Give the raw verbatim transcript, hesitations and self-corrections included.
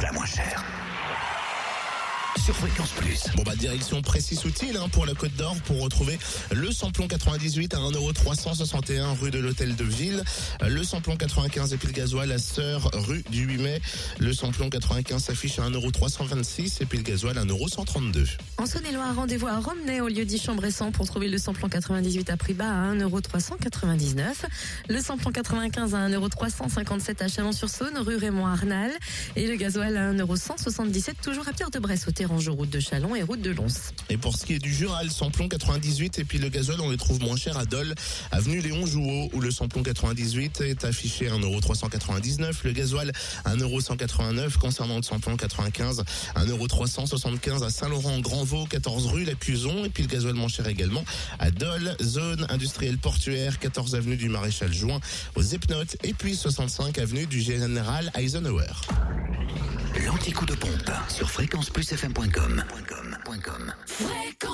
la moins chère. Sur Fréquence Plus. Bon bah direction Précy-Soutil hein, pour la Côte d'Or pour retrouver le samplon quatre-vingt-dix-huit à un euro trois cent soixante et un rue de l'Hôtel de Ville, le samplon quatre-vingt-quinze et puis le gasoil à Sœur rue du huit mai. Le samplon quatre-vingt-quinze s'affiche à un euro trois cent vingt-six et puis le gasoil à un euro cent trente-deux. En Saône-et-Loire, rendez-vous à Romney au lieu dit Chambressan pour trouver le samplon quatre-vingt-dix-huit à prix bas à un euro trois cent quatre-vingt-dix-neuf. Le samplon quatre-vingt-quinze à un euro trois cent cinquante-sept à Chalon-sur-Saône, rue Raymond-Arnal. Et le gasoil à un euro cent soixante-dix-sept toujours à Pierre-de-Bresse au Terrangeau, route de Chalon et route de Lons. Et pour ce qui est du Jura, le samplon quatre-vingt-dix-huit et puis le gasoil, on les trouve moins cher à Dole, avenue Léon Jouot, où le samplon quatre-vingt-dix-huit est affiché à un euro trois cent quatre-vingt-dix-neuf, le gasoil à un euro cent quatre-vingt-neuf. Concernant le samplon quatre-vingt-quinze, un euro trois cent soixante-quinze à Saint-Laurent-Grandvaux, quatorze rue La Cuson, et puis le gasoil moins cher également à Dole, zone industrielle portuaire, quatorze avenue du Maréchal Juin, aux Epnotes, et puis soixante-cinq avenue du Général Eisenhower. L'anti-coup de pompe sur fréquence plus f m point com. Fréquence